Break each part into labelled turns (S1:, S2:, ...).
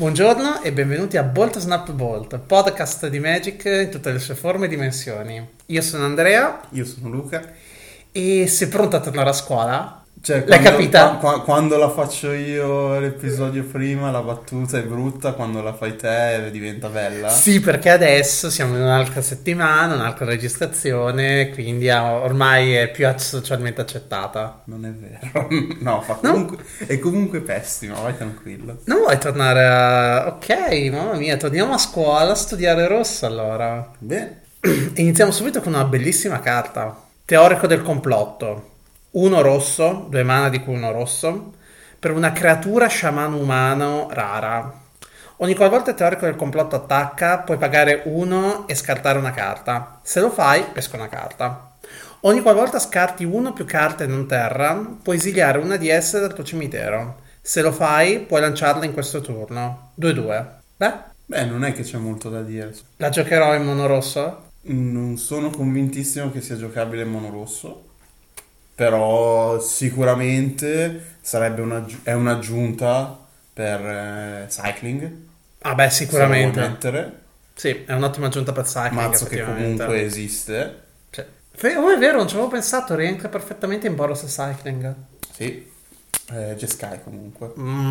S1: Buongiorno e benvenuti a Bolt Snap Bolt, podcast di Magic in tutte le sue forme e dimensioni. Io sono Andrea.
S2: Io sono Luca.
S1: E sei pronto a tornare a scuola?
S2: Cioè,
S1: L'hai capita?
S2: Quando la faccio io l'episodio prima, la battuta è brutta, quando la fai te diventa bella.
S1: Sì, perché adesso siamo in un'altra settimana, un'altra registrazione, quindi ormai è più socialmente accettata.
S2: Non è vero. No, è comunque pessima, vai tranquillo.
S1: Non vuoi tornare a... Ok, mamma mia, torniamo a scuola a studiare rosso allora.
S2: Beh,
S1: Iniziamo subito con una bellissima carta. Teorico del complotto. 1 rosso, 2 mana di cui 1 rosso, per una creatura sciamano umano rara. Ogni qualvolta il teorico del complotto attacca, puoi pagare 1 e scartare una carta. Se lo fai, pesca una carta. Ogni qualvolta scarti 1 o più carte non terra, puoi esiliare una di esse dal tuo cimitero. Se lo fai, puoi lanciarla in questo turno. 2-2.
S2: Beh, non è che c'è molto da dire.
S1: La giocherò in mono rosso?
S2: Non sono convintissimo che sia giocabile in mono rosso, però sicuramente è un'aggiunta per cycling.
S1: Ah beh, sicuramente.
S2: Se lo vuoi mettere.
S1: Sì, è un'ottima aggiunta per cycling.
S2: Mazzo che comunque esiste.
S1: Cioè, oh, è vero, non ci avevo pensato, rientra perfettamente in Boros Cycling.
S2: Sì, Jeskai comunque.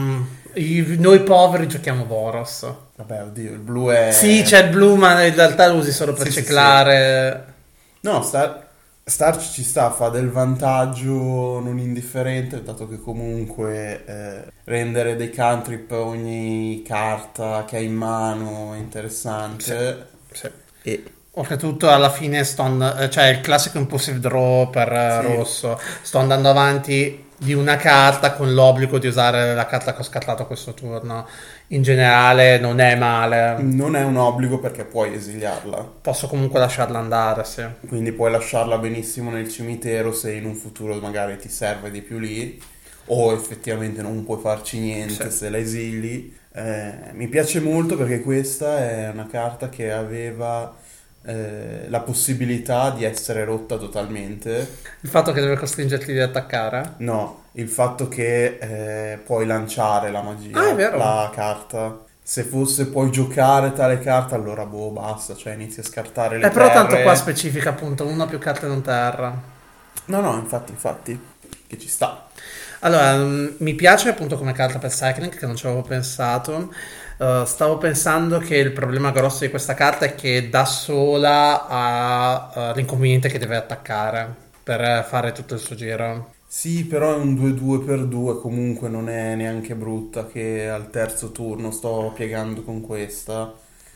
S1: Noi poveri giochiamo Boros.
S2: Vabbè, oddio, il blu è...
S1: Sì, c'è il blu, ma in realtà lo usi solo per
S2: Sì,
S1: ciclare.
S2: Sì. No, Starch ci sta, fa del vantaggio non indifferente, dato che comunque rendere dei cantrip ogni carta che hai in mano è interessante.
S1: Sì.
S2: E
S1: Oltretutto alla fine cioè il classico impulsive draw per rosso. Sto andando avanti di una carta con l'obbligo di usare la carta che ho scartato questo turno. In generale non è male.
S2: Non è un obbligo perché puoi esiliarla.
S1: Posso comunque lasciarla andare, sì.
S2: Quindi puoi lasciarla benissimo nel cimitero se in un futuro magari ti serve di più lì, o effettivamente non puoi farci niente se la esili. Mi piace molto perché questa è una carta che aveva la possibilità di essere rotta totalmente.
S1: Il fatto che deve costringerti ad attaccare?
S2: No, il fatto che puoi lanciare la magia,
S1: Ah, è vero.
S2: la carta. Se fosse puoi giocare tale carta, allora basta, cioè inizi a scartare le
S1: Però tanto
S2: terre.
S1: qua specifica appunto 1 o più carte non terra.
S2: No, infatti, che ci sta.
S1: Allora, mi piace appunto come carta per cycling, che non ci avevo pensato. Stavo pensando che il problema grosso di questa carta è che da sola ha l'inconveniente che deve attaccare per fare tutto il suo giro.
S2: Sì, però è un 2-2x2, comunque non è neanche brutta, che al terzo turno sto piegando con questa.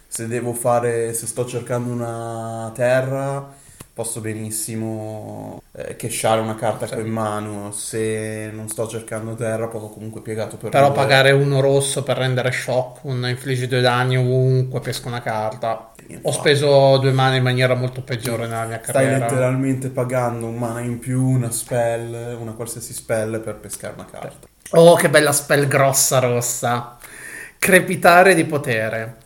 S2: Se sto cercando una terra, posso benissimo cashare una carta che ho in mano. Se non sto cercando terra, posso comunque piegato per
S1: Però
S2: 2.
S1: pagare 1 rosso per rendere shock, infliggi 2 danni ovunque, pesco una carta. Ho speso 2 mana in maniera molto peggiore nella mia
S2: Stai
S1: carriera.
S2: letteralmente pagando un mana in più, una qualsiasi spell per pescare una carta.
S1: Oh, che bella spell grossa rossa. Crepitare di potere.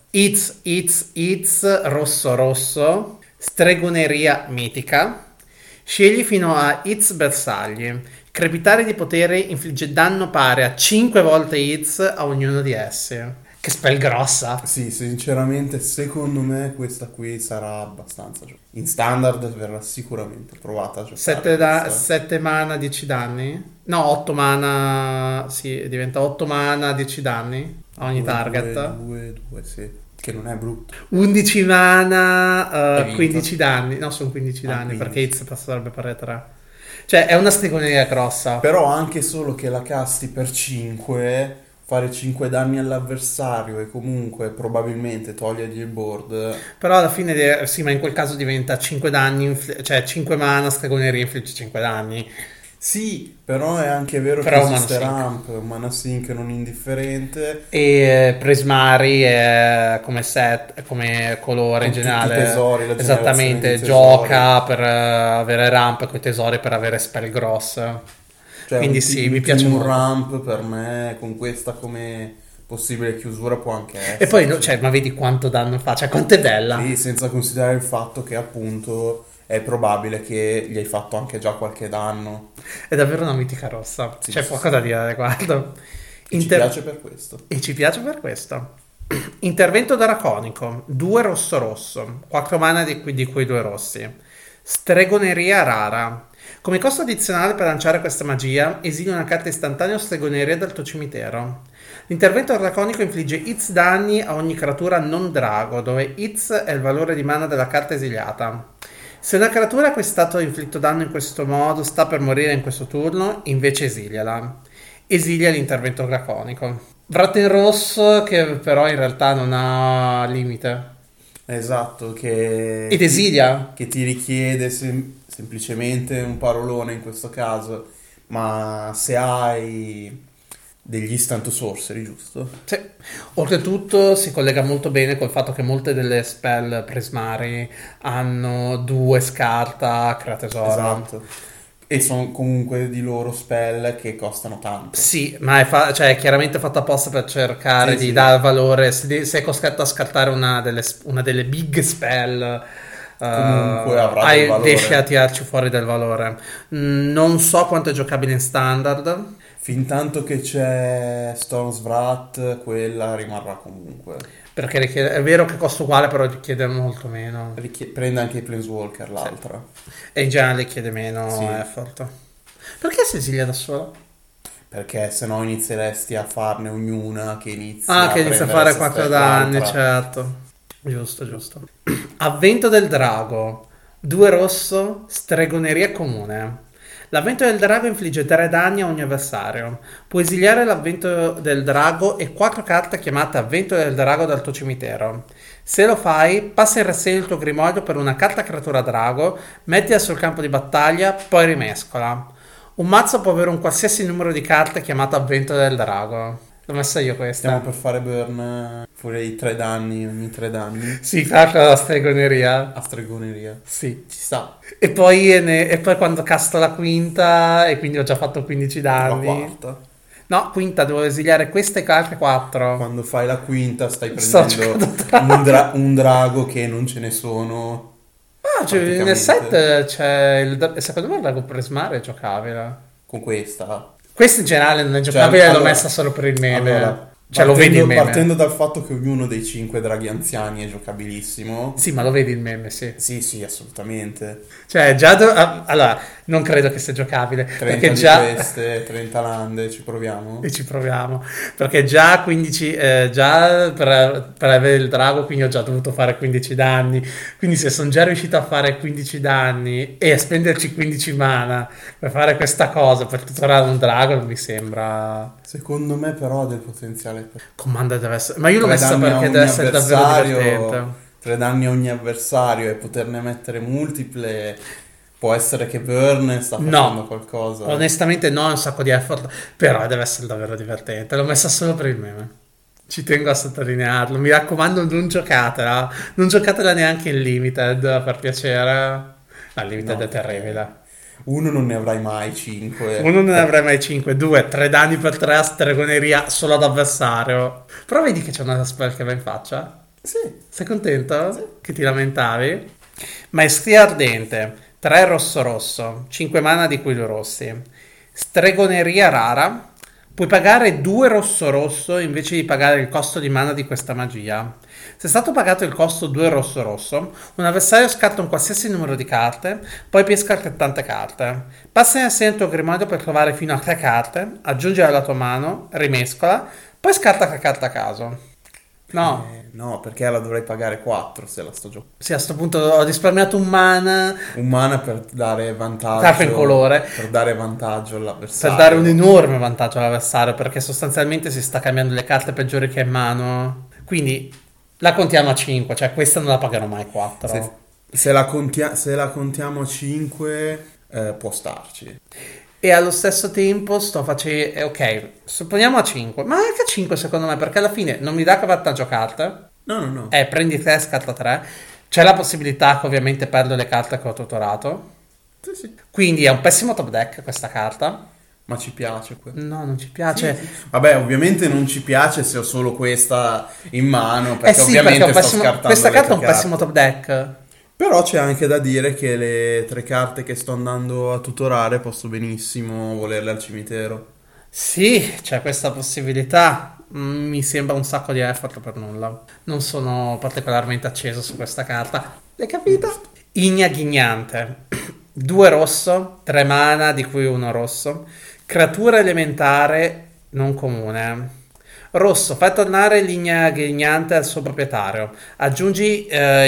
S1: It's, rosso rosso. Stregoneria mitica. Scegli fino a It's bersagli. Crepitare di potere infligge danno pari a 5 volte It's a ognuno di essi. Che spell grossa.
S2: Sì, sinceramente, secondo me questa qui sarà abbastanza. In standard verrà sicuramente provata a giocare.
S1: 7 mana, 10 danni? No, 8 mana. Sì, diventa 8 mana, 10 danni a ogni target.
S2: 2, sì. Che non è brutto.
S1: 11 mana, 15 danni. No, sono 15 danni
S2: 15.
S1: perché It's passerebbe per 3. Cioè, è una stregoneria grossa.
S2: Però anche solo che la casti per 5, fare 5 danni all'avversario e comunque probabilmente togliergli il board.
S1: Però alla fine, sì, ma in quel caso diventa 5 danni, cioè 5 mana, stregoneria infligge 5 danni.
S2: Sì, però è anche vero
S1: Però
S2: che esiste Ramp, un mana sync non indifferente.
S1: E Prismari è come set, come colore in
S2: Con
S1: generale.
S2: tutti i tesori, la
S1: esattamente,
S2: generazione di
S1: gioca per avere ramp con i tesori per avere spell grosse.
S2: Cioè,
S1: Quindi sì, mi piace
S2: un
S1: molto.
S2: ramp per me con questa come possibile chiusura può anche essere.
S1: E poi, cioè, ma vedi quanto danno fa, cioè quanto è bella.
S2: Sì, senza considerare il fatto che appunto è probabile che gli hai fatto anche già qualche danno.
S1: È davvero una mitica rossa.
S2: Sì,
S1: C'è
S2: sì,
S1: poco da dire a riguardo.
S2: Ci
S1: Inter-
S2: piace per questo.
S1: E ci piace per questo. Intervento draconico, 2 rosso rosso, 4 mana di quei 2 rossi. Stregoneria rara. Come costo addizionale per lanciare questa magia, esili una carta istantanea o stregoneria dal tuo cimitero. L'intervento draconico infligge X danni a ogni creatura non drago, dove X è il valore di mana della carta esiliata. Se una creatura a cui è stato inflitto danno in questo modo sta per morire in questo turno, invece esiliala. Esilia l'intervento draconico. Wrath in rosso che però in realtà non ha limite.
S2: Esatto, che
S1: Ed esilia.
S2: che ti richiede semplicemente un parolone in questo caso, ma se hai degli instant sorcery, giusto?
S1: Sì. Oltretutto si collega molto bene col fatto che molte delle spell prismari hanno 2 scarta, crea tesoro.
S2: Esatto. E sono comunque di loro spell che costano tanto.
S1: Sì, ma cioè, è chiaramente fatto apposta per cercare
S2: Sì,
S1: di
S2: sì.
S1: dare valore. Se è costretto a scartare una delle big spell,
S2: Comunque avrà del valore.
S1: riesci a tirarci fuori del valore. Non so quanto è giocabile in standard.
S2: Fin tanto che c'è Storm's Wrath, quella rimarrà comunque.
S1: Perché è vero che costa uguale, però richiede molto meno.
S2: Prende anche i Planeswalker, l'altra.
S1: E in generale chiede meno
S2: Sì.
S1: effort. Perché si esilia da solo?
S2: Perché se no inizieresti a farne ognuna che inizia
S1: Ah, che inizia a fare 4 danni, certo. Giusto. Avvento del drago. 2 rosso, stregoneria comune. L'avvento del drago infligge 3 danni a ogni avversario. Puoi esiliare l'avvento del drago e 4 carte chiamate avvento del drago dal tuo cimitero. Se lo fai, passa in rassegna il tuo grimorio per una carta creatura drago, mettila sul campo di battaglia, poi rimescola. Un mazzo può avere un qualsiasi numero di carte chiamato avvento del drago. L'ho messa io questa.
S2: Stiamo per fare burn fuori i 3 danni ogni 3 danni
S1: Sì, calcola la stregoneria.
S2: a stregoneria.
S1: Sì.
S2: Ci sta.
S1: E poi quando casto la quinta, e quindi ho già fatto 15
S2: La
S1: danni.
S2: quarta.
S1: No, quinta, devo esiliare queste e altre 4.
S2: Quando fai la quinta stai
S1: Sto
S2: prendendo
S1: giocando
S2: un drago che non ce ne sono.
S1: Ah, cioè, nel
S2: praticamente.
S1: set c'è secondo me il drago prismare è giocabile.
S2: Con questa.
S1: Questo in generale non è giocabile, l'ho
S2: allora-
S1: messa solo per il meme.
S2: Allora,
S1: Cioè, lo vedi il meme.
S2: Partendo dal fatto che ognuno dei 5 draghi anziani è giocabilissimo.
S1: Sì, ma lo vedi il meme, sì.
S2: Sì, assolutamente.
S1: Cioè, allora, non credo che sia giocabile.
S2: 30
S1: Perché
S2: di
S1: già...
S2: queste, 30 lande, ci proviamo?
S1: E ci proviamo. Perché già 15... già per avere il drago, quindi ho già dovuto fare 15 danni. Quindi se sono già riuscito a fare 15 danni e a spenderci 15 mana per fare questa cosa, per tutorare un drago, non mi sembra...
S2: Secondo me però ha del potenziale per
S1: Commander deve essere... Ma io l'ho
S2: 3
S1: messa
S2: danni a
S1: perché
S2: ogni
S1: deve essere davvero
S2: avversario,
S1: divertente.
S2: 3 danni a ogni avversario e poterne mettere multiple. Può essere che Burn sta facendo qualcosa.
S1: Onestamente no, è un sacco di effort, però deve essere davvero divertente. L'ho messa solo per il meme. Ci tengo a sottolinearlo. Mi raccomando, non giocatela. Non giocatela neanche in Limited, per piacere. No, Limited
S2: No,
S1: è terribile.
S2: Uno non ne avrai mai 5.
S1: Uno non ne avrai mai 5, 2, 3 danni per 3 a stregoneria solo ad avversario. Però vedi che c'è una spell che va in faccia?
S2: Sì.
S1: Sei contento?
S2: Sì.
S1: Che ti lamentavi? Maestria ardente, 3 rosso rosso, 5 mana di cui 2 rossi. Stregoneria rara. Puoi pagare 2 rosso rosso invece di pagare il costo di mana di questa magia. Se è stato pagato il costo 2 rosso rosso, un avversario scarta un qualsiasi numero di carte, poi pesca altrettante carte. Passa in assegno il tuo grimorio per trovare fino a 3 carte, aggiungere alla tua mano, rimescola, poi scarta 3 carte a caso. No.
S2: No, perché la dovrei pagare 4 se la sto giocando.
S1: Sì, a sto punto ho risparmiato un mana
S2: Un mana per dare vantaggio.
S1: Carta in colore.
S2: Per dare vantaggio all'avversario.
S1: per dare un enorme vantaggio all'avversario, perché sostanzialmente si sta cambiando le carte peggiori che ha in mano. Quindi la contiamo a 5, cioè questa non la pagherò mai 4.
S2: Se la contiamo a 5, può starci.
S1: E allo stesso tempo sto facendo... ok, supponiamo a 5, ma anche a 5 secondo me, perché alla fine non mi dà che vantaggio carte.
S2: No.
S1: Prendi 3, scarta 3. C'è la possibilità che ovviamente perdo le carte che ho tutorato.
S2: Sì.
S1: Quindi è un pessimo top deck questa carta.
S2: Ma ci piace quello.
S1: No, non ci piace.
S2: Sì. Vabbè, ovviamente non ci piace se ho solo questa in mano, perché
S1: Sì,
S2: ovviamente
S1: perché
S2: sto scartando
S1: questa
S2: le
S1: carta è
S2: tue
S1: un pessimo top deck.
S2: Però c'è anche da dire che le 3 carte che sto andando a tutorare posso benissimo volerle al cimitero.
S1: Sì, c'è questa possibilità. Mi sembra un sacco di effort per nulla. Non sono particolarmente acceso su questa carta. Hai capito? Igna ghignante. 2 rosso, 3 mana, di cui uno rosso. Creatura elementare non comune. Rosso, fai tornare l'igna ghignante al suo proprietario. Aggiungi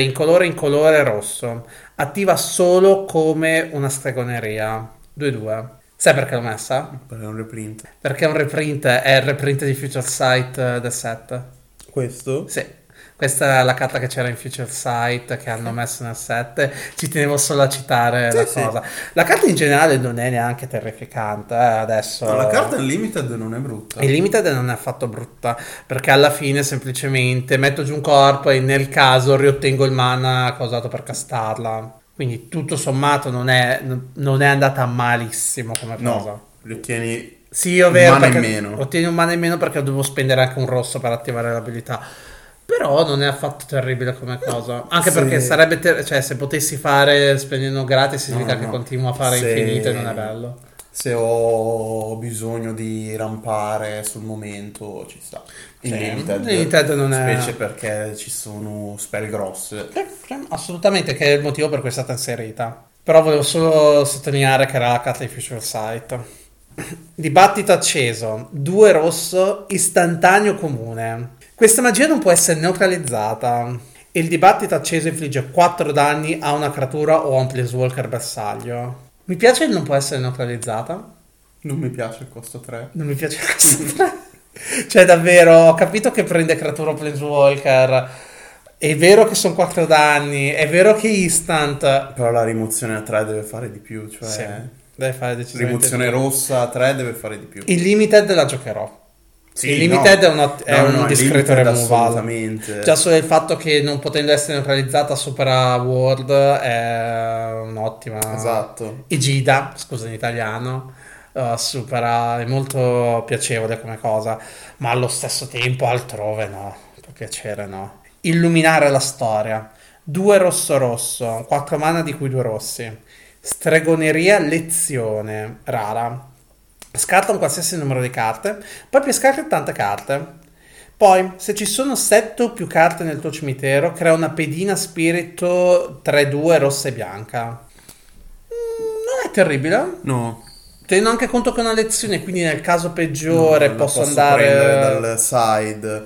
S1: in colore rosso. Attiva solo come una stregoneria. 2-2. Sai perché l'ho messa?
S2: Per un reprint.
S1: Perché è il reprint di Future Sight del set.
S2: Questo?
S1: Sì. Questa è la carta che c'era in Future Sight che hanno messo nel set. Ci tenevo solo a citare la
S2: Sì.
S1: cosa. La carta in generale non è neanche terrificante. Adesso.
S2: No, la carta Unlimited non è brutta.
S1: Il limited non è affatto brutta perché alla fine semplicemente metto giù un corpo e nel caso riottengo il mana causato per castarla. Quindi tutto sommato non è andata malissimo come cosa.
S2: No, li ottieni
S1: Sì, ovvero
S2: un mana in
S1: perché
S2: meno.
S1: ottieni un mana in meno perché dovevo spendere anche un rosso per attivare l'abilità. Però non è affatto terribile come cosa. Anche
S2: Sì.
S1: perché sarebbe cioè se potessi fare spendendo gratis significa
S2: No,
S1: che
S2: no.
S1: continuo a fare
S2: Se-
S1: infinite, non è bello.
S2: Se ho bisogno di rampare sul momento, ci sta. In
S1: Sì,
S2: Limited,
S1: Limited non è-
S2: specie perché ci sono spell grosse.
S1: Assolutamente, che è il motivo per cui è stata inserita. Però volevo solo sottolineare che era la carta di Future Sight. Dibattito acceso. 2 rosso, istantaneo comune. Questa magia non può essere neutralizzata. Il dibattito acceso infligge 4 danni a una creatura o a un planeswalker bersaglio. Mi piace il non può essere neutralizzata.
S2: Non mi piace il costo 3.
S1: Non mi piace questo 3. Cioè, davvero, ho capito che prende creatura o planeswalker. È vero che sono 4 danni. È vero che instant.
S2: Però la rimozione a 3 deve fare di più, cioè
S1: Sì, deve fare decisamente
S2: rimozione
S1: di più.
S2: rossa a 3 deve fare di più.
S1: Il limited la giocherò.
S2: Sì,
S1: il limited
S2: no.
S1: è un
S2: il
S1: discreto
S2: limited
S1: removal.
S2: assolutamente.
S1: Già solo il fatto che non potendo essere neutralizzata supera Word è un'ottima.
S2: Esatto.
S1: Egida, scusa in italiano, supera, è molto piacevole come cosa, ma allo stesso tempo altrove no, per piacere no. Illuminare la storia. 2 rosso rosso, 4 mana di cui 2 rossi. Stregoneria lezione, rara. Scarta un qualsiasi numero di carte, puoi pescare tante carte. Poi, se ci sono 7 o più carte nel tuo cimitero, crea una pedina spirito 3-2 rossa e bianca. Non è terribile.
S2: No,
S1: Tenendo anche conto che è una lezione, quindi nel caso peggiore
S2: la
S1: posso
S2: prendere
S1: andare.
S2: dal side.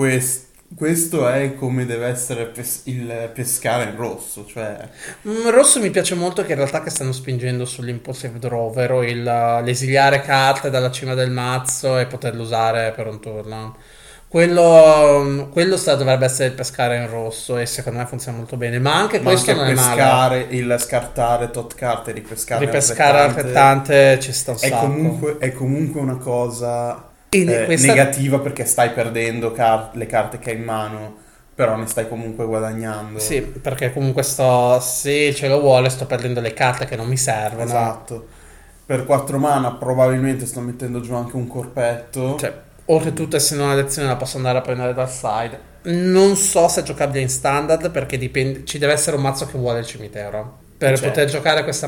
S2: Questo è come deve essere il pescare in rosso, cioè
S1: Rosso mi piace molto che in realtà che stanno spingendo sull'impulsive draw, ovvero l'esiliare carte dalla cima del mazzo e poterle usare per un turno. Quello dovrebbe essere il pescare in rosso e secondo me funziona molto bene, ma anche
S2: ma
S1: questo
S2: anche
S1: non è male.
S2: pescare, il scartare tot carte e
S1: Ripescare altrettante ci sta un sacco.
S2: è comunque una cosa
S1: Questa-
S2: negativa perché stai perdendo le carte che hai in mano, però ne stai comunque guadagnando.
S1: Sì, perché comunque se ce lo vuole, sto perdendo le carte che non mi servono.
S2: Esatto. Per 4 mana probabilmente sto mettendo giù anche un corpetto.
S1: Cioè, oltretutto, essendo una lezione, la posso andare a prendere dal side. Non so se è giocabile in standard perché dipende. Ci deve essere un mazzo che vuole il cimitero. Per
S2: C'è.
S1: poter giocare questa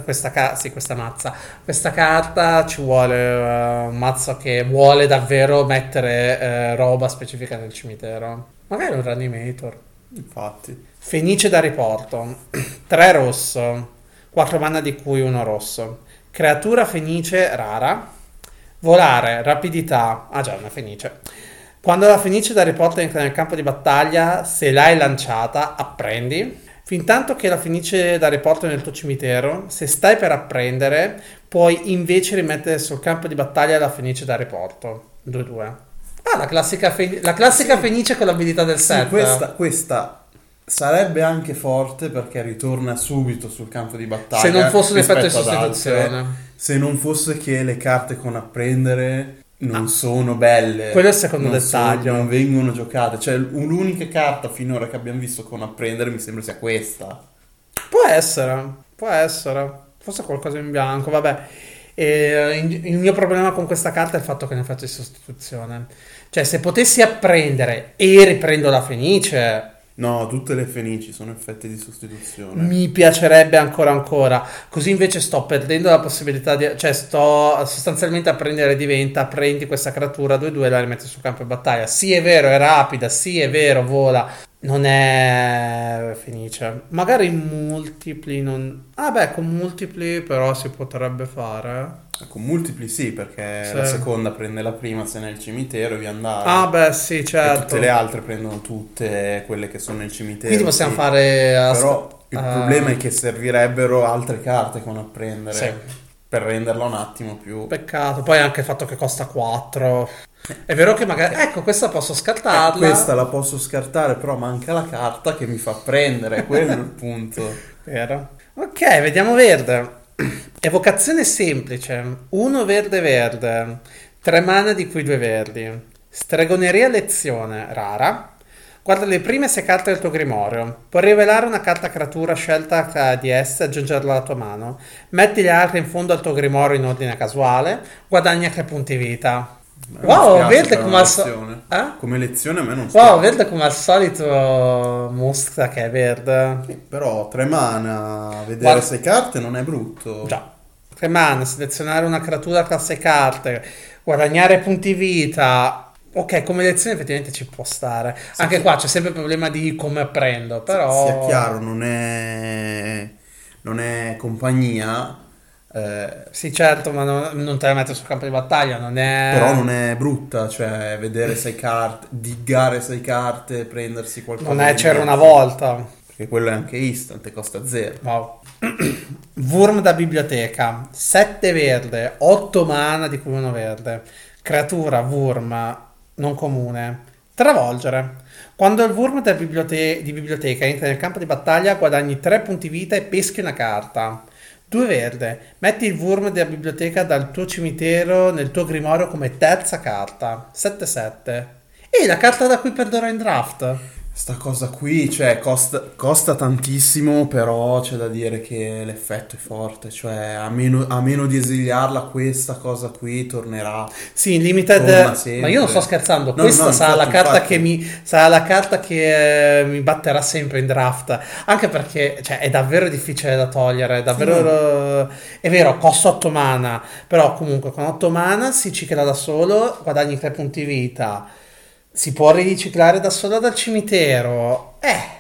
S1: carta ci vuole un mazzo che vuole davvero mettere roba specifica nel cimitero. Magari un Reanimator.
S2: Infatti.
S1: Fenice da riporto. 3 rosso. 4 mana di cui 1 rosso. Creatura fenice rara. Volare, rapidità. Ah già, una fenice. Quando la fenice da riporto entra nel campo di battaglia, se l'hai lanciata, apprendi. Fintanto che la fenice da riporto è nel tuo cimitero, se stai per apprendere, puoi invece rimettere sul campo di battaglia la fenice da riporto. 2-2. Ah, la classica fenice con l'abilità del
S2: Sì,
S1: set.
S2: questa sarebbe anche forte perché ritorna subito sul campo di battaglia.
S1: Se non fosse un effetto di
S2: rispetto ad altre.
S1: sostituzione.
S2: Se non fosse che le carte con apprendere non sono belle.
S1: Quello è il secondo
S2: non
S1: dettaglio.
S2: non vengono giocate. Cioè, l'unica carta finora che abbiamo visto con apprendere mi sembra sia questa.
S1: Può essere. Forse qualcosa in bianco, vabbè. Il mio problema con questa carta è il fatto che è un effetto di sostituzione. Cioè, se potessi apprendere e riprendo la fenice,
S2: No, tutte le fenici sono effetti di sostituzione.
S1: Mi piacerebbe ancora. Così invece sto perdendo la possibilità di... Cioè sto sostanzialmente a prendere diventa, prendi questa creatura 2-2 e la rimetti sul campo di battaglia. Sì, è vero, è rapida, sì, è vero, vola. Non è fenice. Magari in multipli non... Ah beh, con multipli però si potrebbe fare.
S2: Con multipli sì, perché
S1: Sì.
S2: la seconda prende la prima se è nel cimitero e vi andare.
S1: Ah beh, sì,
S2: E
S1: certo.
S2: tutte le altre prendono tutte quelle che sono nel cimitero.
S1: Quindi possiamo
S2: sì.
S1: fare...
S2: Però il problema è che servirebbero altre carte che vanno a prendere
S1: Sì.
S2: per renderla un attimo più...
S1: Peccato. Poi anche il fatto che costa 4. È vero che magari... Ecco, questa posso scartarla.
S2: Questa la posso scartare, però manca la carta che mi fa prendere, quello è il punto.
S1: Vero. Ok, vediamo verde. Evocazione semplice. 1 verde verde. 3 mana di cui 2 verdi. Stregoneria lezione. Rara. Guarda le prime 6 carte del tuo grimorio. Puoi rivelare una carta creatura scelta di esse e aggiungerla alla tua mano. Metti le altre in fondo al tuo grimorio in ordine casuale. Guadagna 3 punti vita.
S2: Mi
S1: Wow,
S2: spiace
S1: verde
S2: per
S1: come
S2: una
S1: al solito.
S2: lezione.
S1: Eh?
S2: Come lezione a me non
S1: Wow,
S2: spiace.
S1: verde come al solito mostra che è verde.
S2: Però 3 mana, vedere
S1: Guarda-
S2: 6 carte non è brutto.
S1: Già. 3 mana, selezionare una creatura tra 6 carte, guadagnare punti vita. Ok, come lezione effettivamente ci può stare. Anche qua c'è sempre il problema di come prendo, però...
S2: Sia chiaro, non è compagnia,
S1: Sì, certo, ma non te la metto sul campo di battaglia, non è...
S2: però non è brutta, cioè vedere 6 carte, diggare 6 carte, prendersi qualcosa
S1: Non è
S2: di
S1: c'era una
S2: mezzo.
S1: volta.
S2: Perché quello è anche instant e costa 0.
S1: Wow. Wurm da biblioteca. 7 verde, 8 mana di cui 1 verde. Creatura Wurm non comune. Travolgere. Quando il Wurm di biblioteca entra nel campo di battaglia, guadagni 3 punti vita e peschi una carta. 2 verde. Metti il Wurm della biblioteca dal tuo cimitero nel tuo grimorio come terza carta. 7-7. E la carta da cui perderò in draft.
S2: Sta cosa qui, cioè, costa tantissimo, però c'è da dire che l'effetto è forte, cioè, a meno di esiliarla, questa cosa qui tornerà.
S1: Sì, in limited,
S2: Torna sempre.
S1: ma io non sto scherzando,
S2: No,
S1: questa
S2: no,
S1: sarà la
S2: infatti,
S1: carta
S2: infatti.
S1: sarà la carta che mi batterà sempre in draft, anche perché cioè, è davvero difficile da togliere, è davvero è vero, costa 8 mana, però comunque con 8 mana si cicla da solo, guadagni 3 punti vita. Si può riciclare da solo dal cimitero.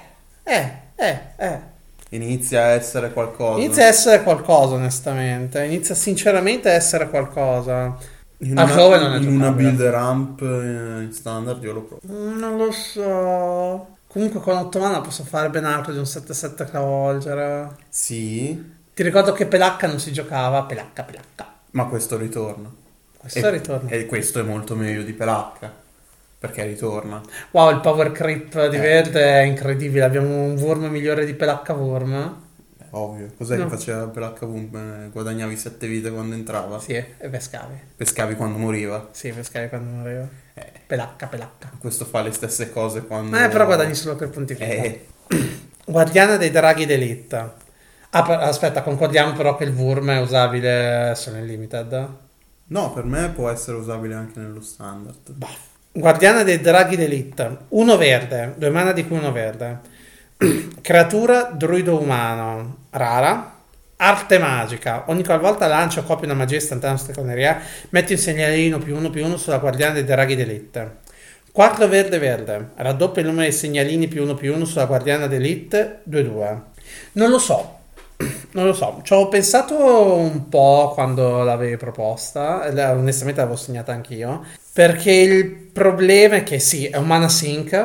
S2: Inizia a essere qualcosa.
S1: Inizia a essere qualcosa, onestamente. Inizia sinceramente a essere qualcosa.
S2: In
S1: Altrove non è
S2: in una
S1: giocabile.
S2: build ramp in standard io lo provo.
S1: Non lo so. Comunque con 8 mana posso fare ben altro di un 7-7 travolgere.
S2: Sì,
S1: Ti ricordo che Pelacca non si giocava. Pelacca.
S2: ma questo ritorna.
S1: Questo ritorna.
S2: E questo è molto meglio di Pelacca, perché ritorna.
S1: Wow, il power creep di verde è incredibile. Abbiamo un Wurm migliore di Pelacca Wurm.
S2: Ovvio. Cos'è
S1: No.
S2: che faceva Pelacca Boom? Guadagnavi 7 vite quando entrava?
S1: Sì, e pescavi.
S2: Pescavi quando moriva?
S1: Sì, pescavi quando moriva.
S2: Eh,
S1: Pelacca.
S2: questo fa le stesse cose quando...
S1: Però guadagni solo per punti vita.
S2: Eh,
S1: Guardiana dei draghi d'elite. Aspetta, concordiamo però che il Wurm è usabile solo in limited.
S2: no, per me può essere usabile anche nello standard.
S1: Guardiana dei draghi d'elite. 1 verde, 2 mana di cui 1 verde. Creatura druido umano. Rara. Arte magica. Ogni qualvolta lancio o copio una magia istantanea o stregoneria, metti un segnalino +1/+1 sulla guardiana dei draghi d'elite. 4 verde verde. Raddoppia il numero dei segnalini +1/+1 sulla guardiana d'elite. 2-2. Non lo so. Non lo so, ci ho pensato un po' quando l'avevi proposta, e onestamente l'avevo segnata anch'io, perché il problema è che sì, è un mana sync,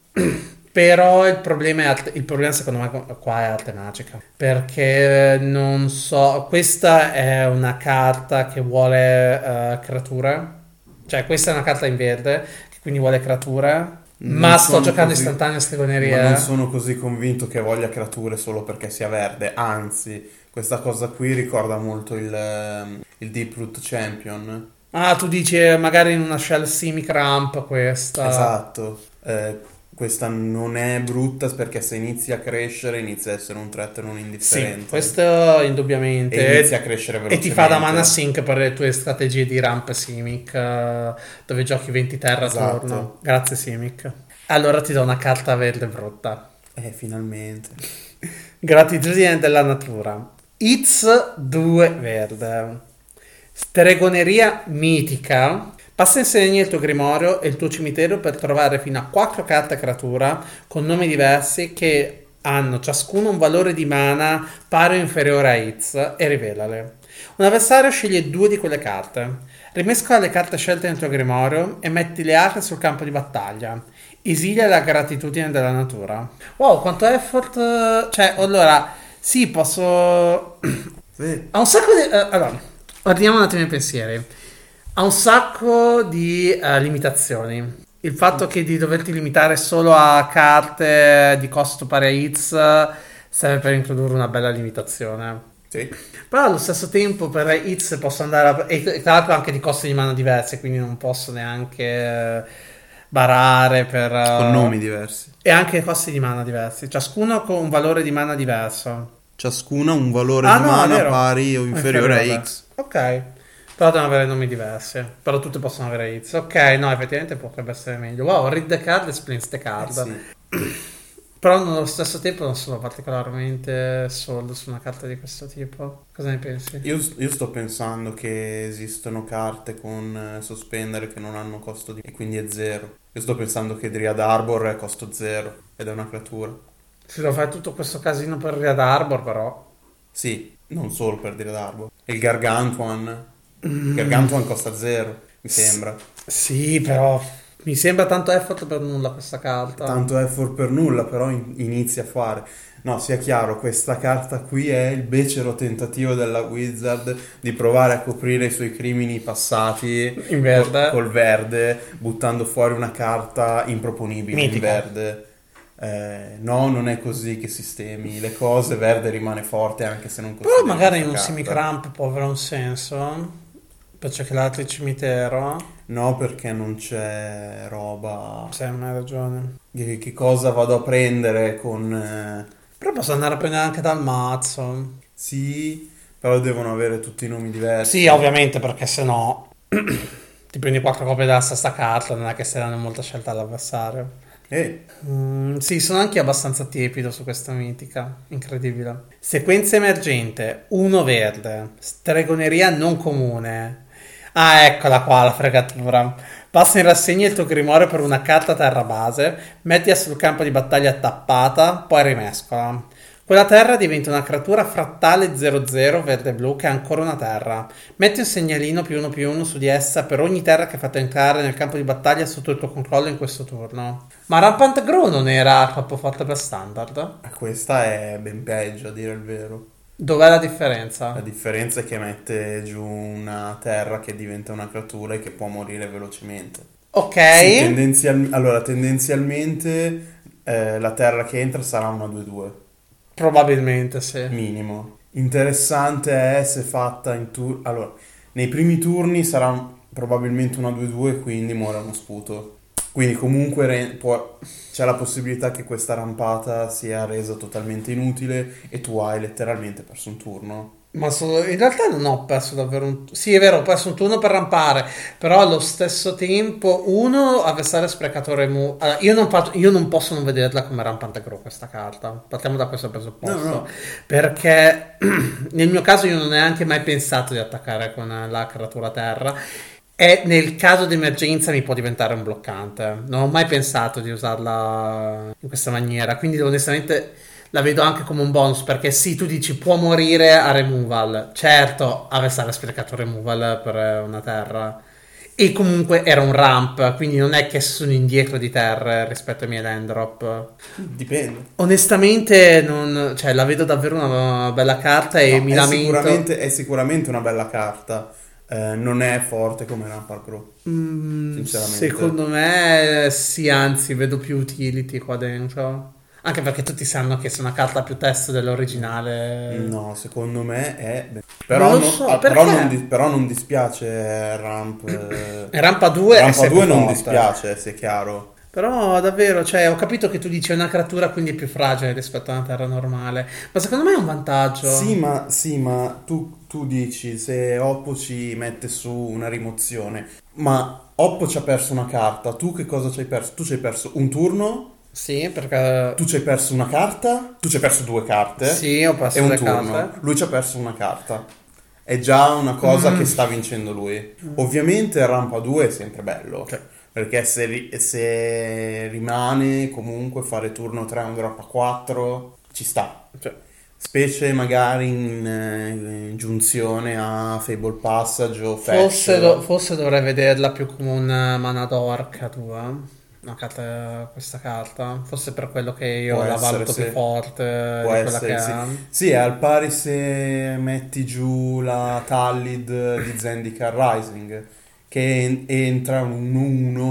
S1: però il problema, il problema secondo me qua è arte magica, perché non so, questa è una carta che vuole creature, cioè questa è una carta in verde, che quindi vuole creature, ma
S2: Non
S1: sto
S2: sono
S1: giocando
S2: così-
S1: istantanea stregoneria.
S2: Ma non sono così convinto che voglia creature solo perché sia verde, anzi, questa cosa qui ricorda molto il Deep Root Champion.
S1: Ah, tu dici magari in una shell simic ramp questa.
S2: Esatto. Questa non è brutta perché se inizia a crescere inizia a essere un threat non indifferente.
S1: Sì, questo indubbiamente.
S2: E inizia a crescere
S1: E
S2: velocemente.
S1: ti fa da mana sync per le tue strategie di ramp simic, dove giochi 20 terra
S2: Esatto.
S1: attorno. Grazie simic. Allora ti do una carta verde brutta.
S2: Finalmente.
S1: Gratitudine della natura. It's 2 verde. Stregoneria mitica. Passa in segni il tuo grimorio e il tuo cimitero per trovare fino a 4 carte creatura con nomi diversi che hanno ciascuno un valore di mana pari o inferiore a It's e rivelale. Un avversario sceglie 2 di quelle carte. Rimescola le carte scelte nel tuo grimorio e metti le altre sul campo di battaglia. Esilia la gratitudine della natura. Wow, quanto effort! Cioè, allora, sì, posso...
S2: Sì.
S1: Ha un sacco di... allora, ordiniamo un attimo i pensieri. Ha un sacco di limitazioni. Il fatto che di doverti limitare solo a carte di costo pari a hits serve per introdurre una bella limitazione.
S2: Sì.
S1: Però allo stesso tempo per hits posso andare e tra l'altro anche di costi di mana diversi, quindi non posso neanche barare per...
S2: Con nomi diversi.
S1: e anche costi di mana diversi, ciascuno con un valore di mana diverso.
S2: Ciascuna un valore
S1: Ah
S2: di
S1: no, è
S2: mana
S1: vero.
S2: pari o inferiore a
S1: Vabbè.
S2: X.
S1: Ok. Però devono avere nomi diversi. Però tutte possono avere hits. Ok, no, effettivamente potrebbe essere meglio. Wow, read the card e splints the card.
S2: Sì.
S1: Però allo stesso tempo non sono particolarmente sold su una carta di questo tipo. Cosa ne pensi?
S2: Io sto pensando che esistono carte con sospendere che non hanno costo di... e quindi è zero. Io sto pensando che Dryad Arbor è costo zero ed è una creatura.
S1: Si lo fai tutto questo casino per Red Arbor, però.
S2: Sì, non solo per Dryad Arbor. E il Gargantuan. Il Gargantuan costa zero, mi sembra.
S1: Sì, però mi sembra tanto effort per nulla questa carta.
S2: Tanto effort per nulla, però inizia a fare. No, sia chiaro, questa carta qui è il becero tentativo della Wizard di provare a coprire i suoi crimini passati
S1: In verde.
S2: col verde, buttando fuori una carta improponibile in
S1: Mitica.
S2: verde. No, non è così che sistemi le cose, verde rimane forte anche se non
S1: Però
S2: consideri
S1: magari in un
S2: questa carta.
S1: semicramp può avere un senso. Perciò che l'altro è il cimitero.
S2: No, perché non c'è roba.
S1: Sì, non hai ragione.
S2: Che cosa vado a prendere con...
S1: Però posso andare a prendere anche dal mazzo.
S2: Sì, però devono avere tutti i nomi diversi.
S1: Sì, ovviamente, perché se no ti prendi 4 copie della stessa carta, non è che stai dando molta scelta all'avversario. Sì, sono anche abbastanza tiepido su questa mitica, incredibile. Sequenza emergente, 1 verde, stregoneria non comune. Ah, eccola qua la fregatura. Passa in rassegna il tuo grimorio per una carta terra base, mettila sul campo di battaglia tappata, poi rimescola. Quella terra diventa una creatura frattale 00 verde-blu che ha ancora una terra. Metti un segnalino +1/+1 su di essa per ogni terra che hai fatto entrare nel campo di battaglia sotto il tuo controllo in questo turno. Ma Rampant Grow non era troppo forte per standard?
S2: Questa è ben peggio, a dire il vero.
S1: Dov'è la
S2: La
S1: differenza?
S2: differenza è che mette giù una terra che diventa una creatura e che può morire velocemente.
S1: Ok.
S2: Sì, allora, tendenzialmente la terra che entra sarà una 2-2,
S1: Probabilmente sì.
S2: minimo. Interessante è se fatta in turno. Allora, nei primi turni sarà probabilmente una 2-2, quindi muore uno sputo. Quindi comunque c'è la possibilità che questa rampata sia resa totalmente inutile e tu hai letteralmente perso un turno.
S1: Ma in realtà non ho perso davvero un... Sì, è vero, ho perso un turno per rampare, però allo stesso tempo, uno, avversario sprecatore allora, io non posso non vederla come rampante grow questa carta. Partiamo da questo presupposto.
S2: No.
S1: Perché nel mio caso io non ho neanche mai pensato di attaccare con la creatura terra. E nel caso di emergenza mi può diventare un bloccante. Non ho mai pensato di usarla in questa maniera, quindi onestamente la vedo anche come un bonus, perché sì, tu dici può morire a removal, certo, avversario ha sprecato removal per una terra e comunque era un ramp, quindi non è che sono indietro di terre rispetto ai miei land drop.
S2: Dipende.
S1: Onestamente cioè, la vedo davvero una bella carta e
S2: No,
S1: mi lamento.
S2: è sicuramente una bella carta. Non è forte come Rampart Grow, sinceramente.
S1: Secondo me sì, anzi vedo più utility qua dentro. Anche perché tutti sanno che se una carta ha più testo dell'originale.
S2: No, secondo me è...
S1: Non lo so, perché?
S2: però non dispiace Ramp...
S1: Rampa 2 è
S2: Rampa
S1: sempre
S2: 2 non
S1: forte.
S2: dispiace, se è chiaro.
S1: Però davvero, cioè, ho capito che tu dici è una creatura quindi è più fragile rispetto a una terra normale. Ma secondo me è un vantaggio.
S2: Sì, ma tu dici se Oppo ci mette su una rimozione, ma Oppo ci ha perso una carta. Tu che cosa ci hai perso? Tu ci hai perso un turno.
S1: Sì, perché...
S2: Tu ci hai perso una carta. Tu ci hai perso due carte.
S1: Sì, ho
S2: E
S1: perso
S2: un
S1: le
S2: turno.
S1: carte.
S2: Lui ci ha perso una carta. È già una cosa che sta vincendo lui. Ovviamente il rampa 2 è sempre bello.
S1: Sì.
S2: Perché se rimane comunque fare turno 3 un drop a 4 ci sta.
S1: Cioè,
S2: Specie magari in giunzione a Fable Passage o
S1: forse,
S2: Fetch.
S1: forse dovrei vederla più come un mana d'orca tua. Una carta, questa carta. Forse per quello che io
S2: Può
S1: la
S2: essere,
S1: valuto
S2: sì.
S1: più forte
S2: Può
S1: di quella che
S2: essere, sì.
S1: è.
S2: Sì, è al pari se metti giù la Tallid di Zendikar Rising, che entra un 1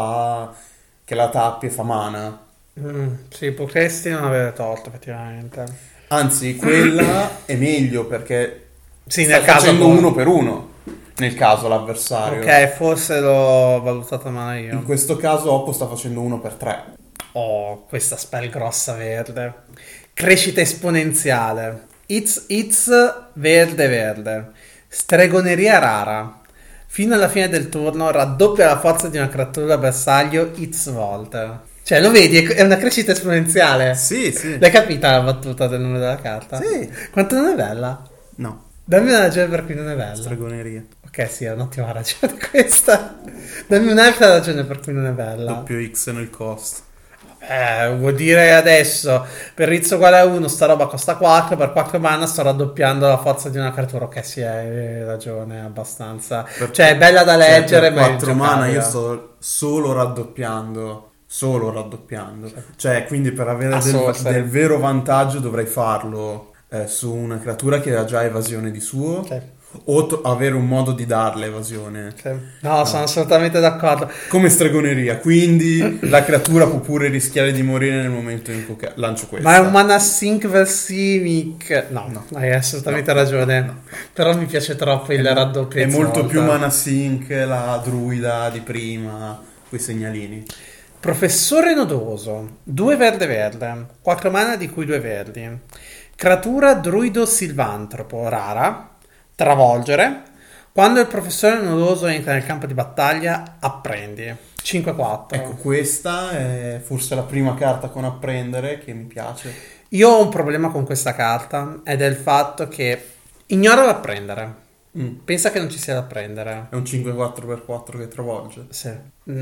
S2: che la tappi e fa mana.
S1: Sì, potresti non avere torto, effettivamente.
S2: Anzi, quella è meglio perché
S1: Sì,
S2: stai
S1: nel caso
S2: facendo
S1: poi.
S2: uno per uno, nel caso l'avversario.
S1: Ok, forse l'ho valutata male
S2: In
S1: io.
S2: questo caso Oppo sta facendo uno per 3.
S1: Oh, questa spell grossa verde. Crescita esponenziale. It's verde verde. Stregoneria rara. Fino alla fine del turno raddoppia la forza di una creatura bersaglio It's volte. Cioè, lo vedi? È una crescita esponenziale.
S2: Sì, sì.
S1: L'hai capita la battuta del nome della carta?
S2: Sì.
S1: Quanto non è bella?
S2: No,
S1: Dammi una ragione per cui non è bella.
S2: stregoneria.
S1: Ok, sì, è un'ottima ragione questa. Dammi un'altra ragione per cui non è bella.
S2: Doppio X nel cost.
S1: Vuol dire adesso per Rizzo uguale a 1 sta roba costa 4, per 4 mana sto raddoppiando la forza di una creatura. Ok, sì, hai ragione, abbastanza. Cioè, è bella da leggere,
S2: per
S1: ma è
S2: 4 mana io
S1: ingiocabile.
S2: sto solo raddoppiando. Solo raddoppiando. Cioè, quindi per avere
S1: A sorcery.
S2: del vero vantaggio dovrei farlo su una creatura che ha già evasione di suo.
S1: Sì,
S2: O avere un modo di darle evasione.
S1: sì. No, sono assolutamente d'accordo.
S2: Come stregoneria. Quindi la creatura può pure rischiare di morire nel momento in cui lancio questa.
S1: Ma è un mana sync versimic. No, hai assolutamente ragione. Però mi piace troppo il raddoppio.
S2: È molto più
S1: mana.
S2: mana sync la druida di prima, quei segnalini.
S1: Professore nodoso, 2 verde verde, 4 mana di cui 2 verdi. Creatura druido silvantropo, rara, travolgere. Quando il professore nodoso entra nel campo di battaglia, apprendi. 5-4.
S2: Ecco, questa è forse la prima carta con apprendere che mi piace.
S1: Io ho un problema con questa carta ed è il fatto che ignora l'apprendere. Pensa che non ci sia da prendere.
S2: È un 5-4x4 che travolge.
S1: Sì.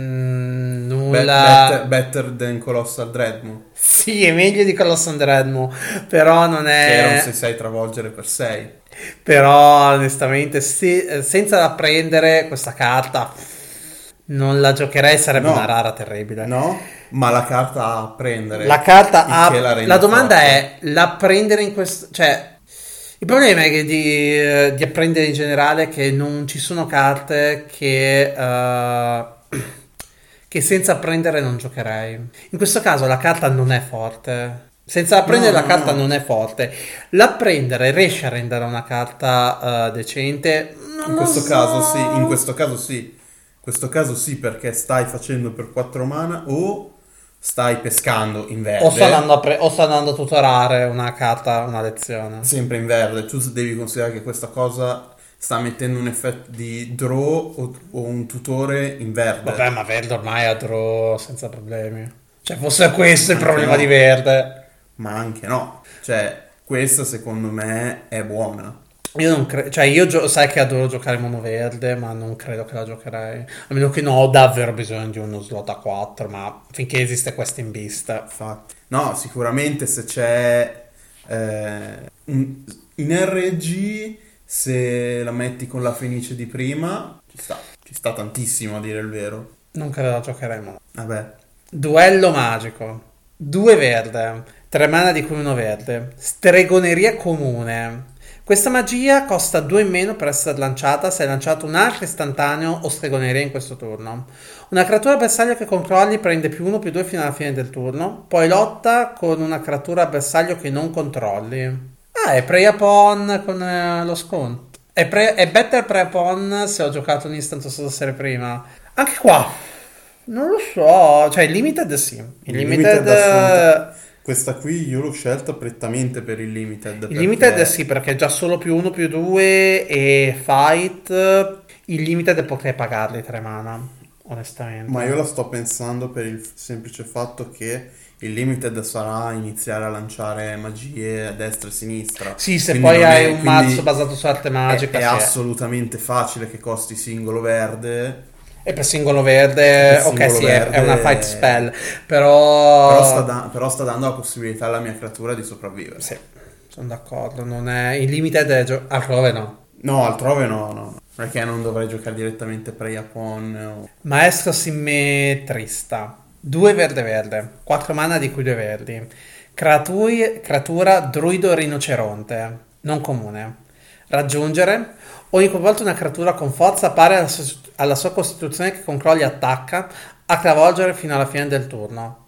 S1: Nulla.
S2: Better than Colossal Dreadmu.
S1: Sì, è meglio di Colossal Dreadmu, però non
S2: Che era un
S1: è...
S2: 6-6 travolgere per 6.
S1: Però onestamente senza da prendere questa carta non la giocherei, sarebbe
S2: No.
S1: una rara terribile.
S2: No? Ma la carta a apprendere.
S1: La carta
S2: il
S1: ha...
S2: che la rende
S1: La domanda
S2: forte.
S1: è, la prendere in questo... Cioè, il problema è che di apprendere in generale è che non ci sono carte che senza apprendere non giocherei. In questo caso la carta non è forte. Senza apprendere
S2: No,
S1: la carta
S2: no.
S1: non è forte. L'apprendere riesce a rendere una carta decente? Non
S2: In
S1: lo
S2: questo
S1: so.
S2: caso sì, in questo caso sì. In questo caso sì, perché stai facendo per 4 mana o stai pescando in verde.
S1: O sto andando a tutorare una carta, una lezione.
S2: Sempre in verde. Tu devi considerare che questa cosa sta mettendo un effetto di draw o un tutore in verde.
S1: Vabbè, ma Verde ormai ha draw senza problemi. Cioè, fosse questo il
S2: Anche
S1: problema
S2: no.
S1: di Verde.
S2: Ma anche no. Cioè, questa secondo me è buona.
S1: Io non credo, cioè sai che adoro giocare mono verde, ma non credo che la giocherei. A meno che non ho davvero bisogno di uno slot a 4, ma finché esiste questo in vista.
S2: Infatti. No, sicuramente se c'è in RG, se la metti con la Fenice di prima, ci sta tantissimo a dire il vero.
S1: Non credo la giocherei mono.
S2: Vabbè.
S1: Duello magico. 2 verde, 3 mana di cui 1 verde. Stregoneria comune. Questa magia costa 2 in meno per essere lanciata se hai lanciato un altro istantaneo o stregoneria in questo turno. Una creatura bersaglio che controlli prende +1/+2 fino alla fine del turno. Poi lotta con una creatura bersaglio che non controlli. Ah, è Prey Upon con lo sconto. È better Prey Upon se ho giocato un instant solo serie prima. Anche qua. Non lo so. Cioè, il limited sì. Il limited...
S2: assolutamente. Questa qui io l'ho scelta prettamente per il limited.
S1: Il limited sì, perché è già solo +1/+2 e fight. Il limited potrei pagarli 3 mana. onestamente.
S2: Ma io la sto pensando per il semplice fatto che il limited sarà iniziare a lanciare magie a destra e a sinistra.
S1: Sì, se
S2: Quindi
S1: poi
S2: non
S1: hai
S2: è,
S1: un
S2: quindi
S1: mazzo basato su arte magica,
S2: è
S1: sì.
S2: assolutamente facile che costi singolo verde.
S1: E per singolo
S2: Per
S1: verde, ok,
S2: singolo
S1: sì, è una fight
S2: verde.
S1: spell, però...
S2: Però sta dando la possibilità alla mia creatura di sopravvivere.
S1: Sì, sono d'accordo, non è... Il limited è altrove no.
S2: No, altrove no, no. Perché non dovrei giocare direttamente Prey Upon
S1: Maestro simmetrista. 2 verde verde, 4 mana di cui 2 verdi. Creatura druido rinoceronte, non comune. Raggiungere. Ogni volta una creatura con forza pari alla sua costituzione che controlli attacca a travolgere fino alla fine del turno.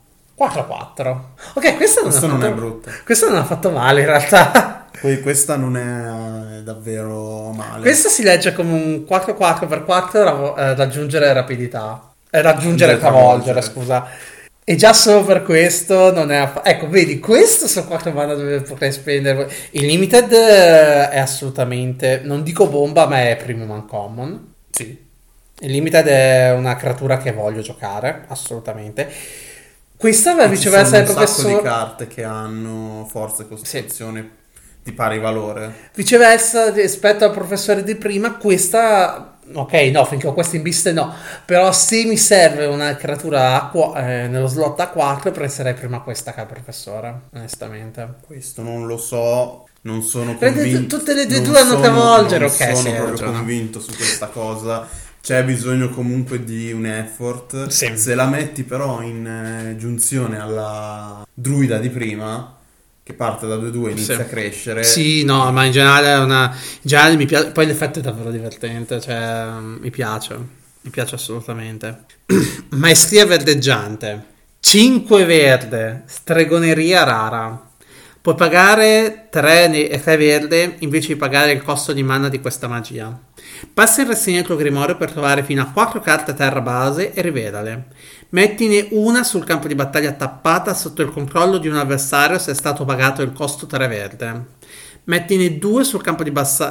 S1: 4-4. Ok,
S2: Questo non è brutto.
S1: questo non ha fatto male in realtà.
S2: Questa non è davvero male.
S1: Questo si legge come un 4-4 per 4 raggiungere rapidità. Raggiungere travolgere, scusa. E già solo per questo non è... Ecco, vedi, questo sono 4 mana dove potrei spendere. Il limited è assolutamente... Non dico bomba, ma è premium uncommon.
S2: Sì.
S1: Il limited è una creatura che voglio giocare, assolutamente. Questa va
S2: E ci
S1: viceversa
S2: sono
S1: del
S2: un sacco di
S1: professore...
S2: carte che hanno forza e
S1: Sì.
S2: costituzione di pari valore.
S1: Viceversa, rispetto al professore di prima, questa... Ok, no, finché ho questa in vista no. Però se mi serve una creatura nello slot A4, prenderei prima questa che al professore, onestamente.
S2: Questo non lo so, non sono
S1: Prende
S2: convinto.
S1: tutte le
S2: non
S1: due hanno
S2: sono-
S1: travolgere,
S2: non
S1: ok,
S2: sono
S1: sì, hai
S2: proprio
S1: ragione.
S2: convinto su questa cosa. C'è bisogno comunque di un effort.
S1: Sì.
S2: Se la metti però in giunzione alla druida di prima, che parte da 2-2 e inizia
S1: Sì.
S2: a crescere.
S1: Sì, no, ma in generale è una... In generale mi piace... Poi l'effetto è davvero divertente, cioè mi piace. Mi piace assolutamente. Maestria verdeggiante. 5 verde. Stregoneria rara. Puoi pagare 3 verde invece di pagare il costo di mana di questa magia. Passa in rassegna il tuo grimorio per trovare fino a 4 carte terra base e rivelale. Mettine una sul campo di battaglia tappata sotto il controllo di un avversario se è stato pagato il costo 3 verde. Mettine 2 sul campo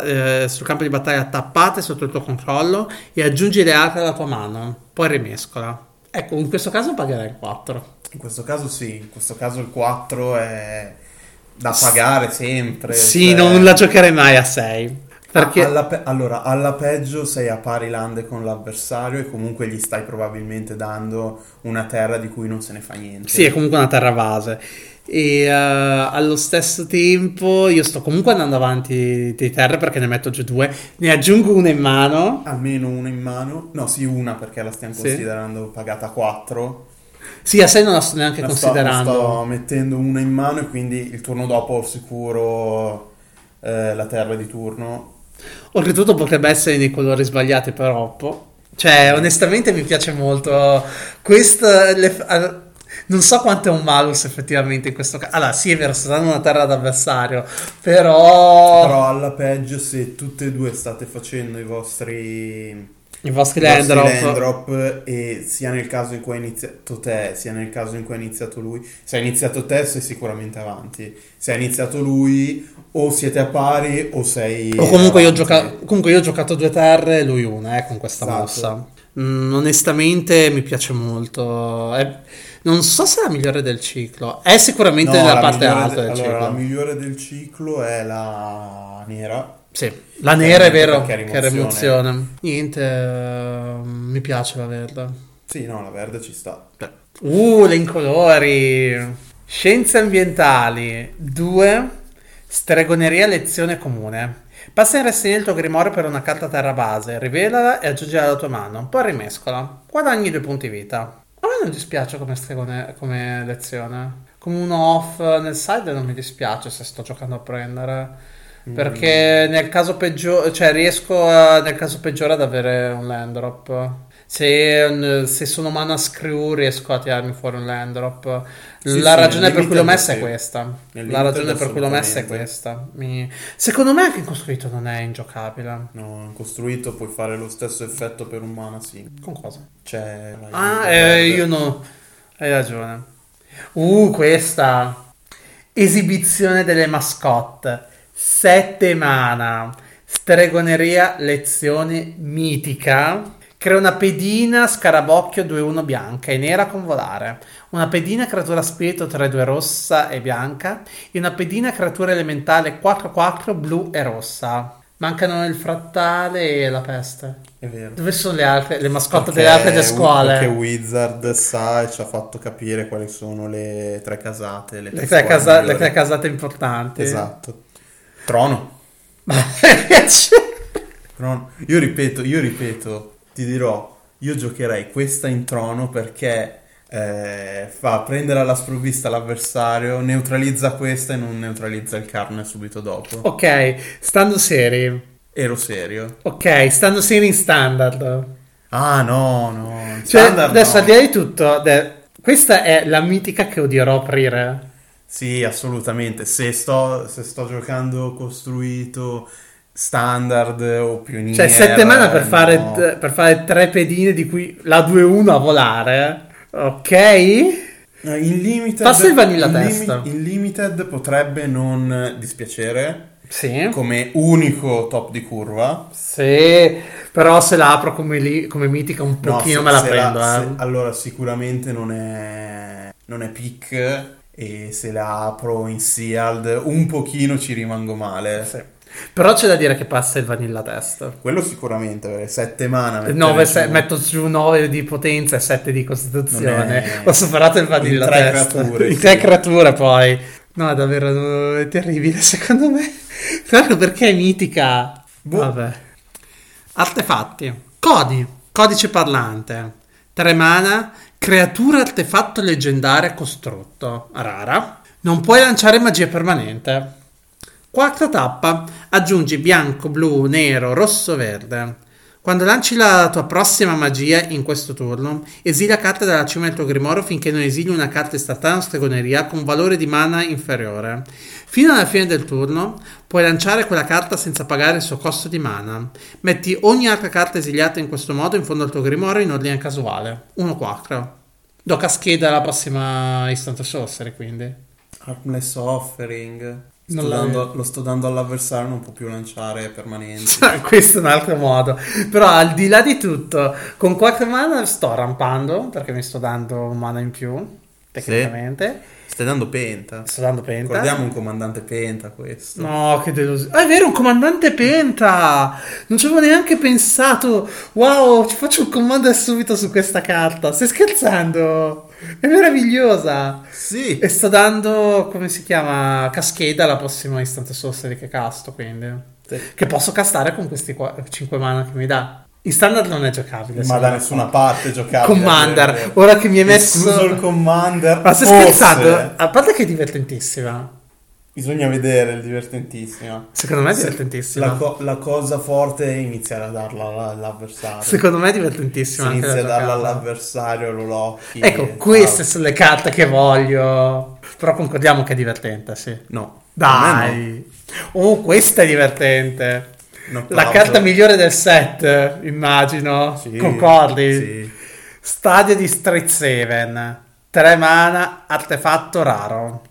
S1: di battaglia tappate sotto il tuo controllo e aggiungi le altre alla tua mano. Poi rimescola. Ecco, in questo caso pagherai 4.
S2: In questo caso sì, in questo caso il 4 è da pagare sempre.
S1: Sì,
S2: cioè,
S1: non la giocherei mai a 6. Perché...
S2: allora, alla peggio sei a pari lande con l'avversario e comunque gli stai probabilmente dando una terra di cui non se ne fa niente.
S1: Sì, è comunque una terra base. E allo stesso tempo io sto comunque andando avanti di terre perché ne metto giù 2. Ne aggiungo una in mano.
S2: Almeno una in mano. No, sì, una perché la stiamo
S1: Sì.
S2: considerando pagata 4.
S1: Sì, a 6 non la sto neanche
S2: La
S1: considerando.
S2: sto mettendo una in mano e quindi il turno dopo ho sicuro la terra di turno.
S1: Oltretutto potrebbe essere nei colori sbagliati però. Cioè, onestamente mi piace molto. Non so quanto è un malus effettivamente in questo caso. Allora, sì, è vero, sto dando una terra d'avversario, però...
S2: Però alla peggio se tutte e due state facendo
S1: I vostri
S2: i vostri
S1: land
S2: land
S1: drop.
S2: drop e sia nel caso in cui hai iniziato te, sia nel caso in cui ha iniziato lui. Se hai iniziato te sei sicuramente avanti. Se ha iniziato lui o siete a pari o sei
S1: O comunque
S2: avanti.
S1: comunque io ho giocato 2 terre e lui una, con questa
S2: Esatto.
S1: mossa. Onestamente mi piace molto. Non so se è la migliore del ciclo. È sicuramente
S2: No,
S1: nella
S2: la
S1: parte
S2: migliore
S1: alta del
S2: allora,
S1: ciclo.
S2: la migliore del ciclo è la nera.
S1: Sì, la nera è vero,
S2: Perché è
S1: che è rimozione. Niente, mi piace la verde.
S2: Sì, no, la verde ci sta.
S1: Le incolori. Scienze ambientali 2. Stregoneria lezione comune. Passa in rassegna il tuo grimorio per una carta terra base, rivelala e aggiungila alla tua mano. Poi rimescola. Guadagni 2 punti vita. A me non dispiace come lezione. Come uno off nel side non mi dispiace se sto giocando a prendere. Perché nel caso peggiore, cioè nel caso peggiore ad avere un land drop. Se sono mana screw riesco a tirarmi fuori un land drop.
S2: Sì,
S1: La
S2: sì,
S1: ragione per cui l'ho
S2: nel
S1: messa è
S2: limited
S1: questa.
S2: Nel
S1: La ragione
S2: limited
S1: per cui l'ho messa è
S2: assolutamente.
S1: questa. Secondo me anche in costruito non è ingiocabile.
S2: No, in costruito puoi fare lo stesso effetto per un mana sì.
S1: Con cosa?
S2: C'è
S1: Ah,
S2: la verde.
S1: io no. Hai ragione. Questa. Esibizione delle mascotte. 7 mana. Stregoneria lezione mitica. Crea una pedina scarabocchio 2-1 bianca e nera con volare. Una pedina creatura spirito 3-2 rossa e bianca. E una pedina creatura elementale 4-4 blu e rossa. Mancano il frattale e la peste.
S2: È vero.
S1: Dove sono le mascotte delle altre scuole?
S2: Perché Wizard sa e ci ha fatto capire quali sono le tre casate,
S1: Le tre
S2: migliori.
S1: casate importanti.
S2: Esatto. Trono. Trono. Io ripeto, ti dirò, io giocherei questa in trono perché fa prendere alla sprovvista l'avversario, neutralizza questa e non neutralizza il carne subito dopo.
S1: Ok, stando seri.
S2: Ero serio.
S1: Ok, stando seri in standard.
S2: Ah, no. In
S1: Cioè,
S2: standard
S1: adesso
S2: no.
S1: al di là di tutto, questa è la mitica che odierò aprire.
S2: Sì, assolutamente. Se sto giocando costruito standard o pioniere,
S1: Cioè, 7 mana per fare,
S2: no.
S1: per fare 3 pedine di cui la 2-1 a volare. Ok?
S2: In limited,
S1: Passa il vanilla testa.
S2: In limited potrebbe non dispiacere
S1: Sì.
S2: come unico top di curva.
S1: Sì. Però se la apro come mitica un
S2: No,
S1: pochino
S2: se-
S1: me la
S2: se
S1: prendo,
S2: allora sicuramente non è pick e se la apro in sealed un pochino ci rimango male.
S1: Sì. Però c'è da dire che passa il vanilla test.
S2: Quello sicuramente, perché 7 mana
S1: 9,
S2: mettere giù
S1: metto giù 9 di potenza e 7 di costituzione.
S2: Non è-
S1: Ho superato il vanilla
S2: in tre
S1: test.
S2: creature,
S1: In
S2: sì.
S1: 3 creature poi. No, è davvero è terribile secondo me. Tra l'altro perché è mitica.
S2: Boh.
S1: Vabbè. Artefatti. Codice parlante. 3 mana. Creatura artefatto leggendaria costrutto. Rara. Non puoi lanciare magia permanente. 4 tappa, aggiungi bianco, blu, nero, rosso, verde. Quando lanci la tua prossima magia in questo turno, esila carta dalla cima del tuo grimorio finché non esili una carta estrattana o stregoneria con valore di mana inferiore. Fino alla fine del turno puoi lanciare quella carta senza pagare il suo costo di mana. Metti ogni altra carta esiliata in questo modo in fondo al tuo grimorio in ordine casuale. 1-4. Do cascheda alla prossima Instant Sorcery, quindi.
S2: Harmless Offering.
S1: Non la vedo.
S2: Lo sto dando all'avversario, non può più lanciare permanenti.
S1: Questo è un altro modo. Però al di là di tutto, con 4 mana sto rampando perché mi sto dando un mana in più. Tecnicamente.
S2: Stai dando penta.
S1: Sto dando penta.
S2: Ricordiamo un comandante penta questo.
S1: No, che delusione. Ah, è vero, un comandante penta. Non ci avevo neanche pensato. Wow, ci faccio un comando subito su questa carta. Stai scherzando? È meravigliosa.
S2: Sì.
S1: E sto dando, come si chiama? Cascheda alla prossima Instant Sorcery che casto, quindi.
S2: Sì.
S1: Che posso castare con questi 5 mana che mi dà. In standard non è giocabile.
S2: Ma da nessuna parte è giocabile.
S1: Commander, ora che mi hai messo...
S2: Escluso il Commander.
S1: Ma stai
S2: forse.
S1: scherzando? A parte che è divertentissima.
S2: Bisogna vedere, è divertentissima.
S1: Secondo me è divertentissima.
S2: La cosa forte è iniziare a darla all'avversario.
S1: Secondo me è divertentissima.
S2: Se
S1: anche
S2: inizi a
S1: da
S2: darla
S1: giocare.
S2: all'avversario lo locchi.
S1: Ecco, queste sono le carte che voglio. Però concordiamo che è divertente, sì.
S2: No.
S1: Dai. Oh, questa è divertente.
S2: No,
S1: La
S2: applauso.
S1: carta migliore del set, immagino.
S2: Sì,
S1: Concordi?
S2: sì.
S1: Stadio di Strixhaven. 3 mana, artefatto raro.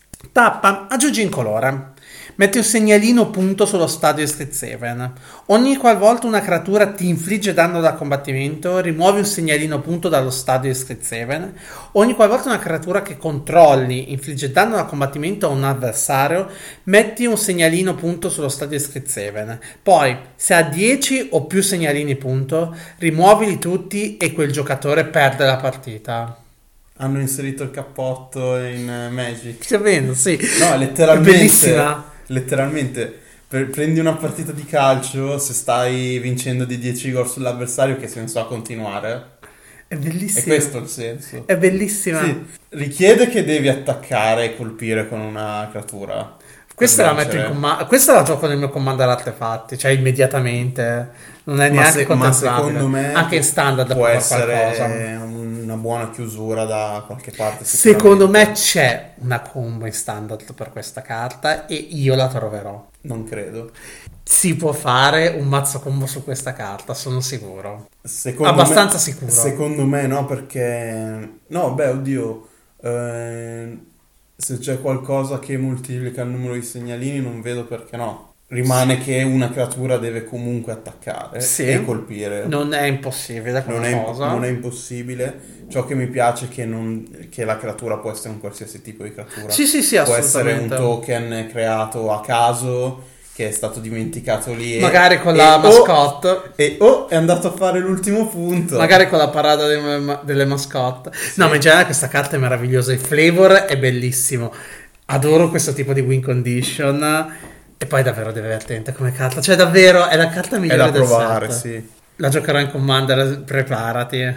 S1: Tappa, aggiungi in colore. Metti un segnalino punto sullo stadio di Strixhaven. Ogni qualvolta una creatura ti infligge danno da combattimento, rimuovi un segnalino punto dallo stadio di Strixhaven. Ogni qualvolta una creatura che controlli infligge danno da combattimento a un avversario, metti un segnalino punto sullo stadio di Strixhaven. Poi, se ha 10 o più segnalini punto, rimuovili tutti e quel giocatore perde la partita.
S2: Hanno inserito il cappotto in Magic.
S1: Stai bene, sì.
S2: No, letteralmente.
S1: È bellissima.
S2: Letteralmente. Prendi una partita di calcio, se stai vincendo di 10 gol sull'avversario, che senso ha continuare?
S1: È bellissima.
S2: È questo il senso.
S1: È bellissima.
S2: Sì, richiede che devi attaccare e colpire con una creatura.
S1: Questa la
S2: Per
S1: metto in
S2: vincere.
S1: comando. Questa la gioco nel mio commander artefatti, cioè immediatamente. Non è
S2: Ma
S1: neanche
S2: ma
S1: contemplabile.
S2: secondo me
S1: anche in standard
S2: può
S1: fare qualcosa.
S2: essere una buona chiusura da qualche parte.
S1: Secondo me
S2: sicuramente.
S1: c'è una combo in standard per questa carta e io la troverò.
S2: Non credo.
S1: Si può fare un mazzo combo su questa carta, sono sicuro.
S2: Secondo
S1: Abbastanza
S2: me,
S1: sicuro.
S2: Secondo me no, perché... No, beh, oddio. Se c'è qualcosa che moltiplica il numero di segnalini, non vedo perché no. rimane che una creatura deve comunque attaccare
S1: Sì.
S2: e colpire.
S1: Non è impossibile
S2: Non
S1: come
S2: è,
S1: cosa.
S2: non è impossibile. Ciò che mi piace è che la creatura può essere un qualsiasi tipo di creatura.
S1: Sì, sì, sì,
S2: Può essere un
S1: assolutamente.
S2: token creato a caso che è stato dimenticato lì
S1: Magari con la mascotte.
S2: è andato a fare l'ultimo punto.
S1: Magari con la parata delle mascotte.
S2: Sì.
S1: No, ma in generale questa carta è meravigliosa. Il flavor è bellissimo. Adoro questo tipo di win condition. E poi è davvero divertente come carta. Cioè, davvero è la carta
S2: È
S1: migliore
S2: da
S1: del
S2: provare,
S1: set.
S2: sì.
S1: La giocherò in Commander, preparati.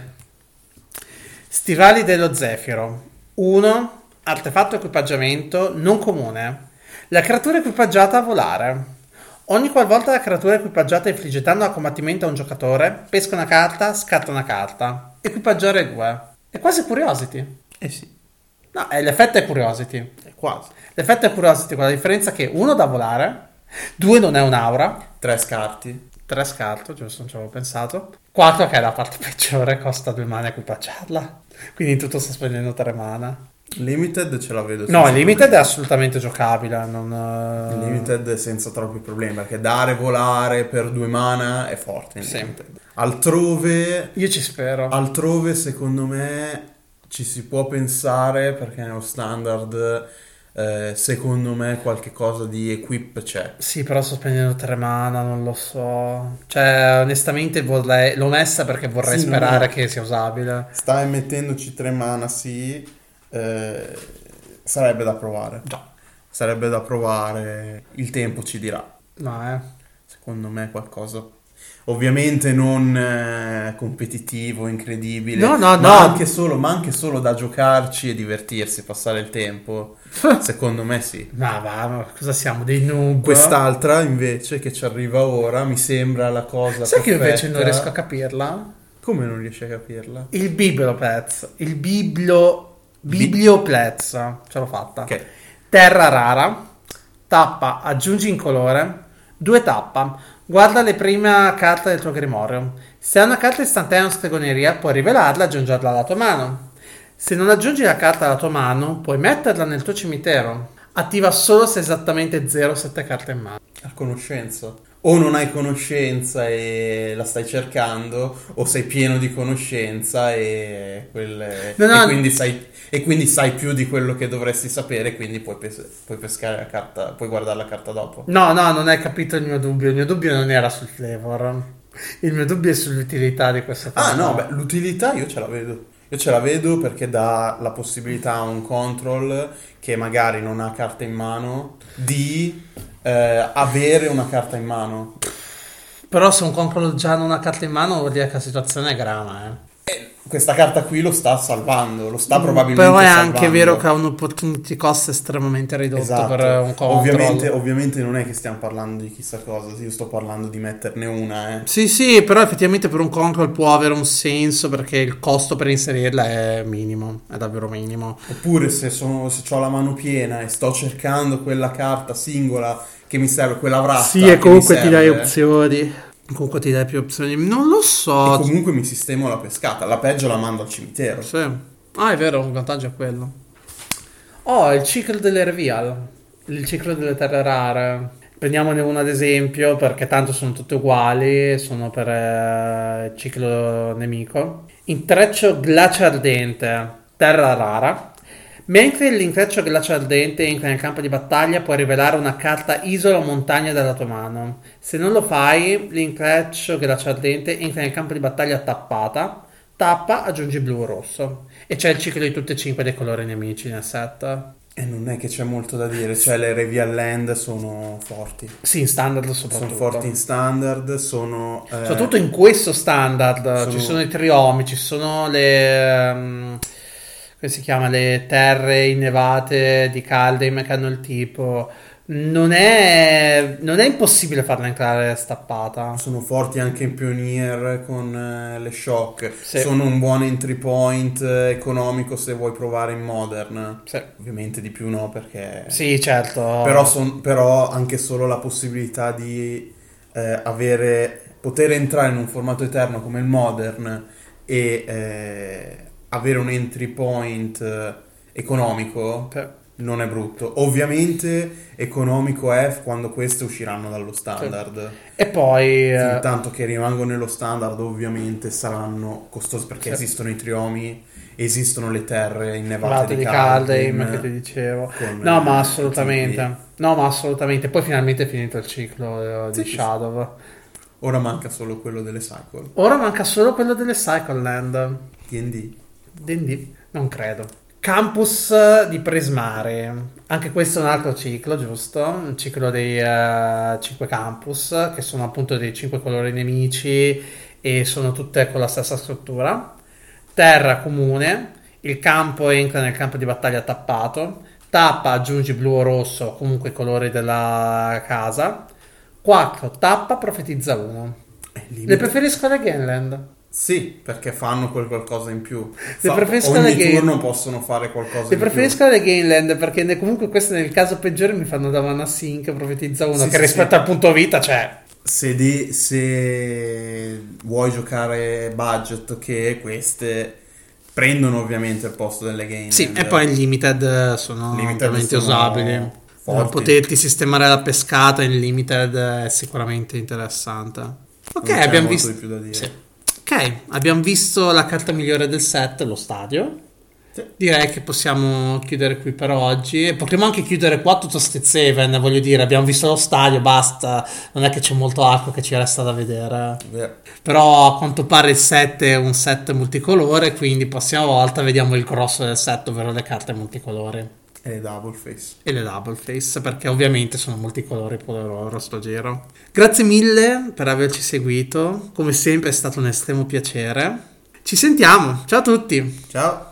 S1: Stivali dello Zefiro. 1. Artefatto equipaggiamento non comune. La creatura equipaggiata a volare. Ogni qualvolta la creatura equipaggiata infligge danno a combattimento a un giocatore, pesca una carta, scatta una carta. Equipaggiare 2. È quasi Curiosity.
S2: Eh sì,
S1: No, l'effetto è Curiosity.
S2: è quasi.
S1: L'effetto è Curiosity con la differenza che 1 da volare, 2 non è un'aura,
S2: 3 scarti.
S1: 3 scarto, giusto, non ci avevo pensato. 4 che è la parte peggiore, costa 2 mana equipaggiarla. Quindi in tutto sta spendendo 3 mana.
S2: Limited ce la vedo
S1: No,
S2: senza
S1: il Limited è
S2: problemi.
S1: assolutamente giocabile.
S2: Limited senza troppi problemi, perché dare volare per 2 mana è forte in
S1: Sì.
S2: Limited. Altrove,
S1: Io ci spero.
S2: secondo me ci si può pensare, perché nello standard secondo me qualche cosa di equip c'è.
S1: Sì, però sto spendendo 3 mana, non lo so. Cioè, onestamente l'ho messa perché vorrei
S2: Sì,
S1: sperare
S2: no.
S1: che sia usabile.
S2: Stai mettendoci 3 mana, sì, sarebbe da provare.
S1: Già.
S2: Sarebbe da provare, il tempo ci dirà.
S1: No,
S2: Secondo me qualcosa. Ovviamente non competitivo, incredibile,
S1: No, no,
S2: ma
S1: no.
S2: anche solo da giocarci e divertirsi, passare il tempo. Secondo me sì.
S1: Ma cosa siamo? Dei noob?
S2: Quest'altra invece che ci arriva ora mi sembra la cosa
S1: Sai che
S2: perfetta.
S1: invece non riesco a capirla?
S2: Come non riesci a capirla?
S1: Il Bibliopets. Biblioplets. Ce l'ho fatta.
S2: Ok.
S1: Terra rara. Tappa, aggiungi incolore. 2 tappa. Guarda le prime carte del tuo grimorio. Se è una carta istantanea o stregoneria, puoi rivelarla e aggiungerla alla tua mano. Se non aggiungi la carta alla tua mano, puoi metterla nel tuo cimitero. Attiva solo se esattamente 0,7 carte in mano.
S2: A conoscenza. O non hai conoscenza e la stai cercando, o sei pieno di conoscenza
S1: No.
S2: e quindi sai più di quello che dovresti sapere, e quindi puoi pescare la carta, puoi guardare la carta dopo.
S1: No, non hai capito il mio dubbio. Il mio dubbio non era sul flavor. Il mio dubbio è sull'utilità di questa cosa.
S2: Ah no, beh, l'utilità io ce la vedo. Io ce la vedo perché dà la possibilità a un control che magari non ha carta in mano di avere una carta in mano.
S1: Però se un control già non ha carta in mano vuol dire che la situazione è grave,
S2: Questa carta qui lo sta salvando, lo sta probabilmente
S1: Però è
S2: salvando.
S1: anche vero che ha un opportunity cost estremamente ridotto
S2: Esatto.
S1: per un control.
S2: Ovviamente non è che stiamo parlando di chissà cosa, io sto parlando di metterne una,
S1: Sì, però effettivamente per un control può avere un senso perché il costo per inserirla è minimo, è davvero minimo.
S2: Oppure se ho la mano piena e sto cercando quella carta singola che mi serve, quella vrasta
S1: Sì, e
S2: che
S1: comunque
S2: mi
S1: ti dai
S2: serve,
S1: opzioni. Comunque ti dai più opzioni. Non lo
S2: e
S1: so.
S2: comunque mi sistemo la pescata, la peggio la mando al cimitero.
S1: Sì. Ah, è vero, un vantaggio è quello. Oh, il ciclo delle reveal. Il ciclo delle terre rare. Prendiamone uno ad esempio, perché tanto sono tutte uguali. Sono per il ciclo nemico. Intreccio glacia ardente. Terra rara. Mentre l'intreccio glacia ardente entra nel campo di battaglia, puoi rivelare una carta isola o montagna dalla tua mano. Se non lo fai, l'intreccio glacia ardente entra nel campo di battaglia tappata. Tappa, aggiungi blu o rosso. E c'è il ciclo di tutti e 5 dei colori nemici nel set.
S2: E non è che c'è molto da dire, cioè le Reveal Land sono forti.
S1: Sì, in standard
S2: Sono
S1: soprattutto.
S2: forti in standard, sono...
S1: Soprattutto in questo standard ci sono i triomi, ci sono le... come si chiama? Le terre innevate di Kaldheim che hanno il tipo. Non è impossibile farla entrare stappata.
S2: Sono forti anche in Pioneer con le shock.
S1: Sì.
S2: Sono un buon entry point economico se vuoi provare in Modern.
S1: Sì.
S2: Ovviamente di più no, perché...
S1: Sì, certo.
S2: Però anche solo la possibilità di poter entrare in un formato eterno come il Modern e avere un entry point economico,
S1: Sì.
S2: non è brutto. Ovviamente economico è quando queste usciranno dallo standard.
S1: E poi
S2: Fin tanto che rimangono nello standard, ovviamente saranno costosi perché
S1: Sì.
S2: esistono i triomi, esistono le terre innevate
S1: Vate
S2: di
S1: di Kaldheim
S2: Kaldheim.
S1: che ti dicevo.
S2: Con,
S1: No, ma
S2: tipi.
S1: assolutamente. No, ma assolutamente. Poi finalmente è finito il ciclo di
S2: Sì, sì, sì.
S1: Shadow.
S2: Ora manca solo quello delle cycle.
S1: Ora manca solo quello delle Cycle Land.
S2: D&D.
S1: D&D? Non credo. Campus di Prismare. Anche questo è un altro ciclo, giusto? Il ciclo dei 5 campus, che sono appunto dei 5 colori nemici e sono tutte con la stessa struttura. Terra comune. Il campo entra nel campo di battaglia tappato. Tappa, aggiungi blu o rosso, comunque i colori della casa. 4. Tappa, profetizza 1. Le preferisco le Gainland.
S2: Sì, perché fanno quel qualcosa in più.
S1: Le preferisco le
S2: Ogni
S1: Gain-
S2: turno possono fare qualcosa
S1: Le
S2: in
S1: preferisco le Gainland perché comunque queste nel caso peggiore mi fanno da mana sync, profetizza 1,
S2: Sì,
S1: che
S2: sì,
S1: rispetto
S2: sì.
S1: al punto vita, cioè...
S2: più. Se vuoi giocare budget, che queste prendono ovviamente il posto delle game.
S1: Sì, e poi i limited sono
S2: Limited
S1: ovviamente
S2: sono
S1: usabili.
S2: forti.
S1: Poterti sistemare la pescata in limited è sicuramente interessante. Ok,
S2: Non c'è
S1: abbiamo
S2: molto
S1: visto...
S2: di più da dire.
S1: Sì. Ok, abbiamo visto la carta migliore del set, lo stadio.
S2: Sì.
S1: Direi che possiamo chiudere qui per oggi. E potremmo anche chiudere qua tutto Step voglio dire, abbiamo visto lo stadio, basta. Non è che c'è molto altro che ci resta da vedere. Però a quanto pare il set è un set multicolore, quindi prossima volta vediamo il grosso del set, ovvero le carte multicolori.
S2: E double face.
S1: E le double face, perché ovviamente sono multicolori pure loro sto giro. Grazie mille per averci seguito, come sempre è stato un estremo piacere. Ci sentiamo, ciao a tutti!
S2: Ciao.